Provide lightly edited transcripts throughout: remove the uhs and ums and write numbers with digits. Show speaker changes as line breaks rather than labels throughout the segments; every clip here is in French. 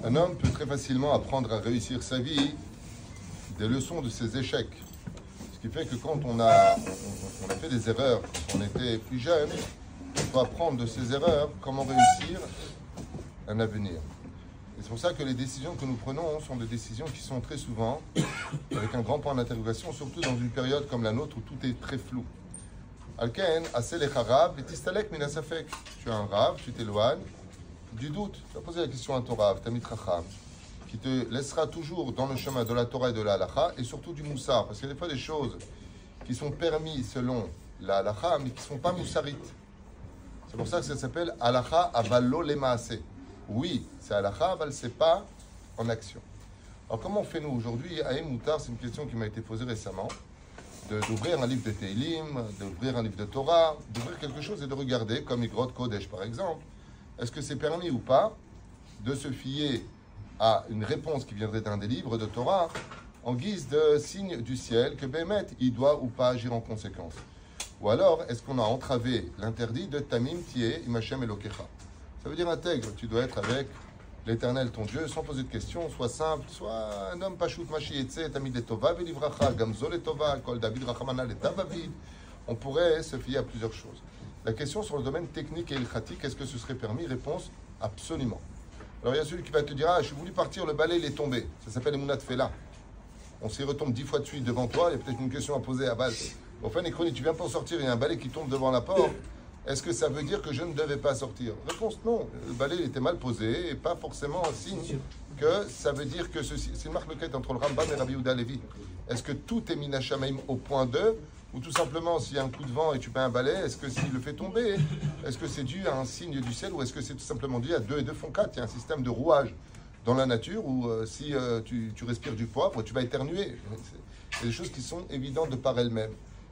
Un homme peut très facilement apprendre à réussir sa vie des leçons de ses échecs. Ce qui fait que quand on a fait des erreurs, quand on était plus jeune, il faut apprendre de ses erreurs comment réussir un avenir. Et c'est pour ça que les décisions que nous prenons sont des décisions qui sont très souvent avec un grand point d'interrogation, surtout dans une période comme la nôtre où tout est très flou. Alken, asel echarab, etistalek minasafek. Tu as un rave, tu t'éloignes du doute. Tu vas poser la question à ton rave, Tamit Chacham, qui te laissera toujours dans le chemin de la Torah et de la halacha, et surtout du moussar, parce qu'il y a des fois des choses qui sont permises selon la halacha, mais qui ne sont pas moussarites. C'est pour ça que ça s'appelle halacha avallo lemaase. Oui, c'est halacha, aval, c'est pas en action. Alors comment on fait nous aujourd'hui? Aïm Moutar, c'est une question qui m'a été posée récemment, d'ouvrir un livre de Teilim, d'ouvrir un livre de Torah, d'ouvrir quelque chose et de regarder, comme Igrot Kodesh par exemple, est-ce que c'est permis ou pas de se fier à une réponse qui viendrait d'un des livres de Torah en guise de signe du ciel que Bémet, il doit ou pas agir en conséquence? Ou alors, est-ce qu'on a entravé l'interdit de Tamim Tieh Imachem Elokecha? Ça veut dire intègre, tu dois être avec l'Éternel ton Dieu sans poser de questions, soit simple, soit un homme Pashut Mashi Etze, Tamid Etova Velivracha, Gamzol Etova, Kol David Rachamana Letavavid. On pourrait se fier à plusieurs choses. La question sur le domaine technique et ilchatique, est-ce que ce serait permis? Réponse, absolument. Alors il y a celui qui va te dire, ah, je suis voulu partir, le balai il est tombé. Ça s'appelle Emunat Fela. On s'y retombe 10 fois de suite devant toi, il y a peut-être une question à poser à Bal. Enfin, Néchroni, tu viens pour sortir, il y a un balai qui tombe devant la porte. Est-ce que ça veut dire que je ne devais pas sortir? Réponse, non. Le balai était mal posé et pas forcément un signe que ça veut dire que ceci. C'est une marque de quête entre le Rambam et Rabbi Yehuda Levi. Est-ce que tout est minachamaim au point 2? Ou tout simplement, s'il y a un coup de vent et tu mets un balai, est-ce que s'il le fait tomber, est-ce que c'est dû à un signe du ciel ou est-ce que c'est tout simplement dû à 2 et 2 font 4? Il y a un système de rouage dans la nature où si tu respires du poivre, tu vas éternuer. C'est des choses qui sont évidentes de par elles-mêmes.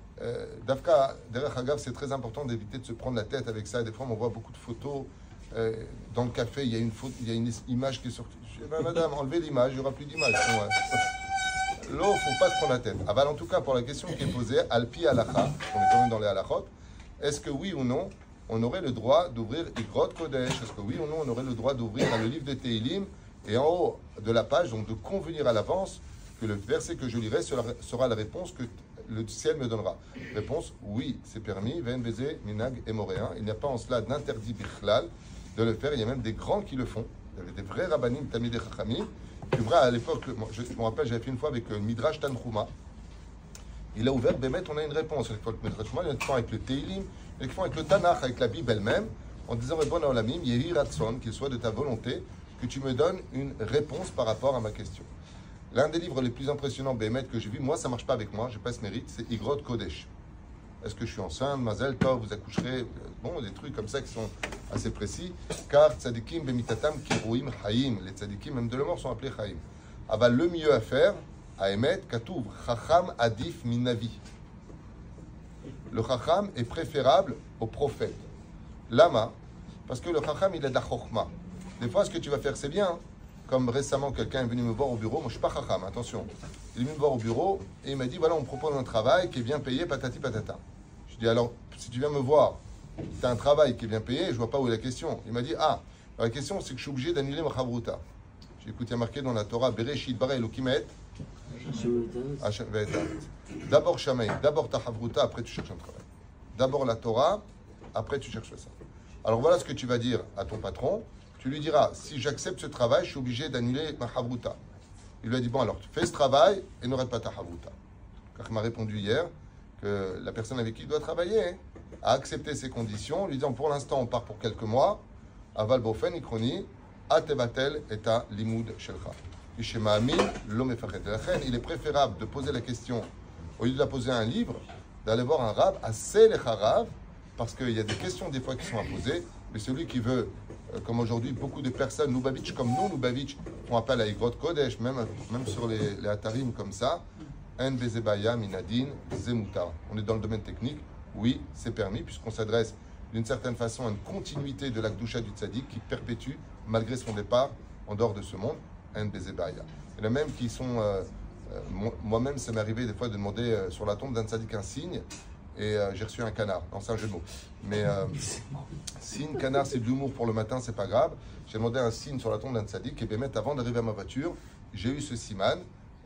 Dafka, derrière Hagav, c'est très important d'éviter de se prendre la tête avec ça. Et des fois, on voit beaucoup de photos. Dans le café, il y a une image qui est sortie. Je dis, madame, enlevez l'image, il n'y aura plus d'image. L'eau, il ne faut pas se prendre la tête. Aval, en tout cas, pour la question qui est posée, Alpi Halacha, on est quand même dans les halachot, est-ce que oui ou non, on aurait le droit d'ouvrir Igrot Kodesh? Est-ce que oui ou non, on aurait le droit d'ouvrir le livre de Teilim et en haut de la page, donc de convenir à l'avance que le verset que je lirai sera la réponse que le ciel me donnera? Réponse, oui, c'est permis. Ven Beze, Minag et Moréen. Il n'y a pas en cela d'interdit bichlal de le faire. Il y a même des grands qui le font. Il y avait des vrais rabbanim, Tamid et Chachamim. À l'époque, je me rappelle, j'avais fait une fois avec le Midrash Tanchuma. Il a ouvert, Bémet, on a une réponse. Il y a le Midrash Tanchuma, il y a qui font avec le Teilim, il y a qui font avec le Tanakh, avec la Bible elle-même, en disant, bon Olamim, Yehi Ratson, qu'il soit de ta volonté, que tu me donnes une réponse par rapport à ma question. L'un des livres les plus impressionnants, Bémet, que j'ai vu, moi, ça ne marche pas avec moi, je n'ai pas ce mérite, c'est Igrot Kodesh. Est-ce que je suis enceinte, Mazel Tov, vous accoucherez? Bon, des trucs comme ça qui sont assez précis. Car tzadikim bemitatam kirouim haïm. Les tzadikim, même de la mort, sont appelés haïm. Aval, le mieux à faire, à émettre, katouv, chacham adif minavi. Le chacham est préférable au prophète. Lama, parce que le chacham, il a de la chokhma. Des fois, ce que tu vas faire, c'est bien. Comme récemment, quelqu'un est venu me voir au bureau. Moi, je ne suis pas chacham, attention. Il est venu me voir au bureau et il m'a dit, voilà, on me propose un travail qui est bien payé, patati patata. Je dis, alors, si tu viens me voir, tu as un travail qui est bien payé, je ne vois pas où est la question. Il m'a dit, ah, la question, c'est que je suis obligé d'annuler ma chavruta. J'ai écouté, il y a marqué dans la Torah, Bereshit, Bara Elokimet, d'abord Shamaï, d'abord ta chavruta, après tu cherches un travail. D'abord la Torah, après tu cherches ça. Alors voilà ce que tu vas dire à ton patron. Tu lui diras, si j'accepte ce travail, je suis obligé d'annuler ma chavruta. Il lui a dit, bon alors, tu fais ce travail et n'arrête pas ta chavruta. Car il m'a répondu hier que la personne avec qui il doit travailler a accepté ces conditions, lui disant, pour l'instant, on part pour quelques mois, aval bofen ikroni, atevatel et a limoud shelcha. Il est préférable de poser la question, au lieu de la poser à un livre, d'aller voir un rab, assez les harav, parce qu'il y a des questions des fois qui sont à poser, mais celui qui veut, comme aujourd'hui, beaucoup de personnes, Lubavitch comme nous, Lubavitch, font appel à Igrot Kodesh, même sur les Atarim comme ça, En Bezebaya Minadin Zemuta. On est dans le domaine technique, oui, c'est permis, puisqu'on s'adresse d'une certaine façon à une continuité de la Kdusha du Tzadik qui perpétue, malgré son départ, en dehors de ce monde, En Bezebaya. Il y en a même qui sont. Moi-même, ça m'est arrivé des fois de demander sur la tombe d'un Tzadik un signe. et j'ai reçu un canard. Non, c'est un jeu de mots. Mais signe, canard, c'est de l'humour pour le matin, c'est pas grave. J'ai demandé un signe sur la tombe d'un tzaddik et bémet, avant d'arriver à ma voiture, j'ai eu ce siman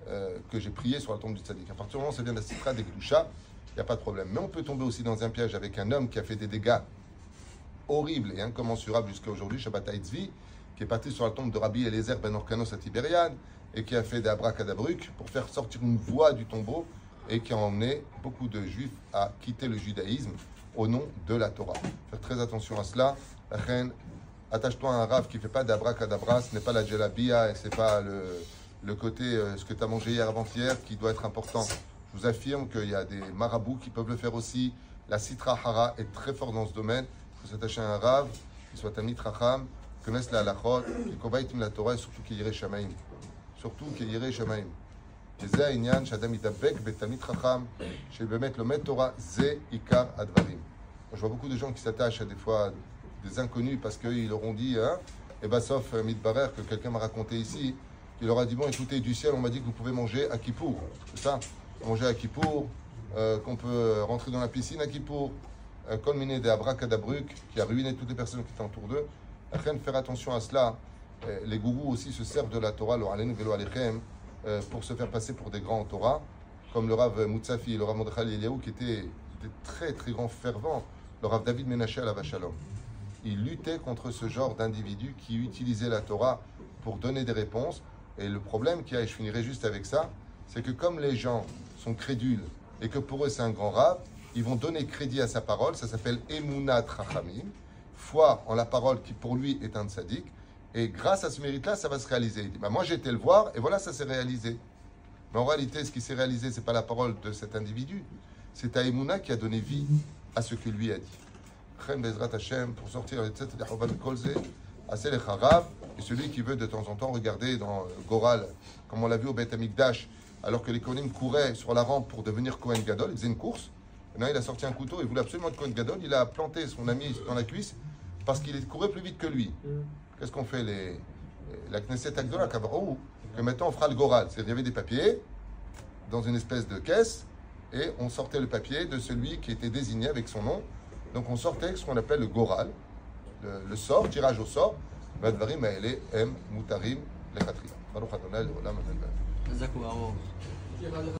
que j'ai prié sur la tombe du tzaddik. À partir du moment où ça vient de la citra des Gdoucha, il n'y a pas de problème. Mais on peut tomber aussi dans un piège avec un homme qui a fait des dégâts horribles et incommensurables jusqu'à aujourd'hui, Shabbat Haitzvi, qui est parti sur la tombe de Rabbi Eliezer ben Orkanos à Tibériade et qui a fait des abracadabruk pour faire sortir une voix du tombeau et qui a emmené beaucoup de juifs à quitter le judaïsme au nom de la Torah. Faire très attention à cela. La reine, attache-toi à un rave qui ne fait pas d'abracadabra, ce n'est pas la djellabia et ce n'est pas le côté ce que tu as mangé hier avant-hier qui doit être important. Je vous affirme qu'il y a des marabouts qui peuvent le faire aussi. La Sitra Hara est très fort dans ce domaine. Il faut s'attacher à un rave qui soit Tamit Racham, qui connaisse la halachot, qui combatte la Torah et surtout qu'il y ait Shamaim. Surtout qu'il y ait Shamaim. וזה העניין שאדם ידבק בתלמיד חכם שבאמת לומד תורה, זה עיקר הדברים. Je vois beaucoup de gens qui s'attachent à des fois des inconnus parce qu'ils leur ont dit, hein, et ben sauf Midbarer que quelqu'un m'a raconté ici, il leur a dit, bon écoutez, du ciel on m'a dit que vous pouvez manger à Kippour, c'est ça, manger à Kippour, qu'on peut rentrer dans la piscine à Kippour, Kolminé de Abracadabruk qui a ruiné toutes les personnes qui étaient autour d'eux. Afin faire attention à cela, les gourous aussi se servent de la Torah, leur alenu velo alechem, pour se faire passer pour des grands en Torah, comme le Rav Moutsafi et le Rav Mordechai Eliyahu qui étaient très très grands fervents, le Rav David Menaché à la Vachalom. Il luttait contre ce genre d'individus qui utilisaient la Torah pour donner des réponses. Et le problème qu'il y a, et je finirai juste avec ça, c'est que comme les gens sont crédules et que pour eux c'est un grand Rav, ils vont donner crédit à sa parole, ça s'appelle Emunat Rachamim, foi en la parole qui pour lui est un tzaddik. Et grâce à ce mérite-là, ça va se réaliser. Il dit, bah, moi j'ai été le voir et voilà, ça s'est réalisé. Mais en réalité, ce qui s'est réalisé, ce n'est pas la parole de cet individu. C'est Taïmouna qui a donné vie à ce que lui a dit. Chem Bezrat Hashem, pour sortir les têtes de Hovan Kolze, assez les Harav, et celui qui veut de temps en temps regarder dans Goral, comme on l'a vu au Beth Amikdash, alors que les Kohanim couraient sur la rampe pour devenir Kohen Gadol, il faisait une course. Maintenant, il a sorti un couteau, il voulait absolument être Kohen Gadol, il a planté son ami dans la cuisse parce qu'il courait plus vite que lui. Qu'est-ce qu'on fait la Knesset Agdola, que maintenant on fera le Goral. C'est-à-dire qu'il y avait des papiers dans une espèce de caisse et on sortait le papier de celui qui était désigné avec son nom. Donc on sortait ce qu'on appelle le Goral, le sort, tirage au sort. Vadvarim Aele Em Mutarim Lechatria. Baruch Adonai Leolam Amen.